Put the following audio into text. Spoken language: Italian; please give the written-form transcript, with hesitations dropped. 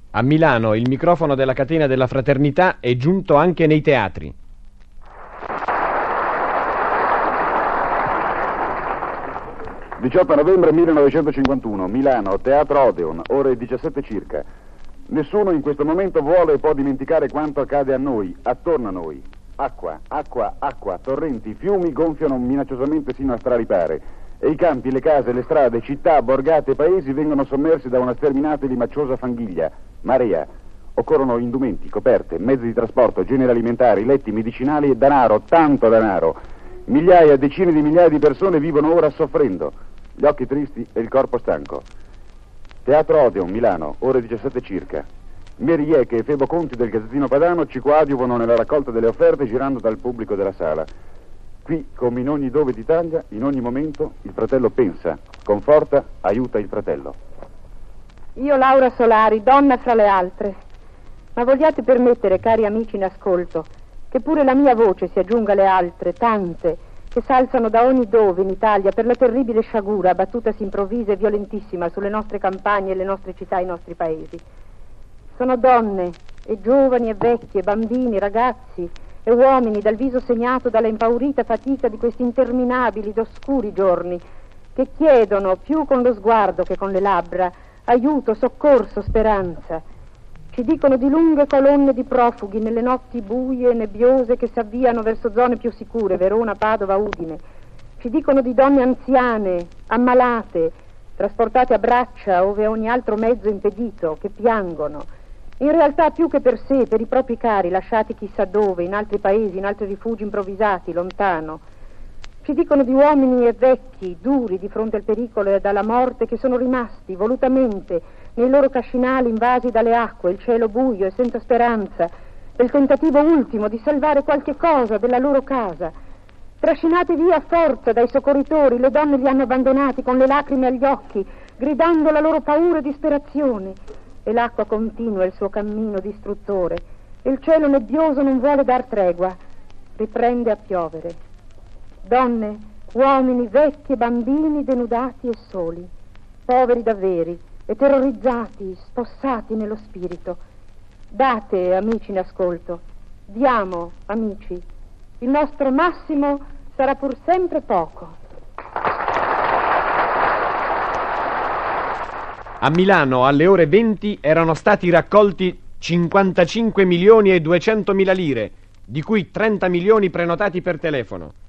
A Milano il microfono della catena della Fraternità è giunto anche nei teatri. «18 novembre 1951, Milano, Teatro Odeon, ore 17 circa. Nessuno in questo momento vuole e può dimenticare quanto accade a noi, attorno a noi. Acqua, acqua, acqua, torrenti, fiumi gonfiano minacciosamente sino a straripare. E i campi, le case, le strade, città, borgate e paesi vengono sommersi da una sterminata e limacciosa fanghiglia, marea. Occorrono indumenti, coperte, mezzi di trasporto, generi alimentari, letti, medicinali e denaro, tanto denaro. Migliaia, decine di migliaia di persone vivono ora soffrendo, gli occhi tristi e il corpo stanco. Teatro Odeon, Milano, ore 17 circa. Mary Ieche e Febo Conti del Gazzettino Padano ci coadiuvano nella raccolta delle offerte girando dal pubblico della sala. Qui, come in ogni dove d'Italia, in ogni momento, il fratello pensa, conforta, aiuta il fratello. Io, Laura Solari, donna fra le altre. Ma vogliate permettere, cari amici in ascolto, che pure la mia voce si aggiunga alle altre, tante, che s'alzano da ogni dove in Italia per la terribile sciagura abbattutasi improvvisa e violentissima sulle nostre campagne, le nostre città, i nostri paesi. Sono donne, e giovani e vecchie, bambini, ragazzi e uomini dal viso segnato dalla impaurita fatica di questi interminabili ed oscuri giorni, che chiedono, più con lo sguardo che con le labbra, aiuto, soccorso, speranza. Ci dicono di lunghe colonne di profughi nelle notti buie e nebbiose che si avviano verso zone più sicure, Verona, Padova, Udine. Ci dicono di donne anziane, ammalate, trasportate a braccia ove ogni altro mezzo impedito, che piangono. In realtà più che per sé, per i propri cari, lasciati chissà dove, in altri paesi, in altri rifugi improvvisati, lontano. Ci dicono di uomini e vecchi, duri di fronte al pericolo e alla morte, che sono rimasti volutamente nei loro cascinali invasi dalle acque, il cielo buio e senza speranza, nel tentativo ultimo di salvare qualche cosa della loro casa. Trascinati via a forza dai soccorritori, le donne li hanno abbandonati con le lacrime agli occhi, gridando la loro paura e disperazione. E l'acqua continua il suo cammino distruttore, e il cielo nebbioso non vuole dar tregua, riprende a piovere. Donne, uomini, vecchi e bambini denudati e soli, poveri davveri e terrorizzati, spossati nello spirito. Date, amici in ascolto, diamo, amici, il nostro massimo sarà pur sempre poco. A Milano alle ore 20 erano stati raccolti 55 milioni e 200 mila lire, di cui 30 milioni prenotati per telefono.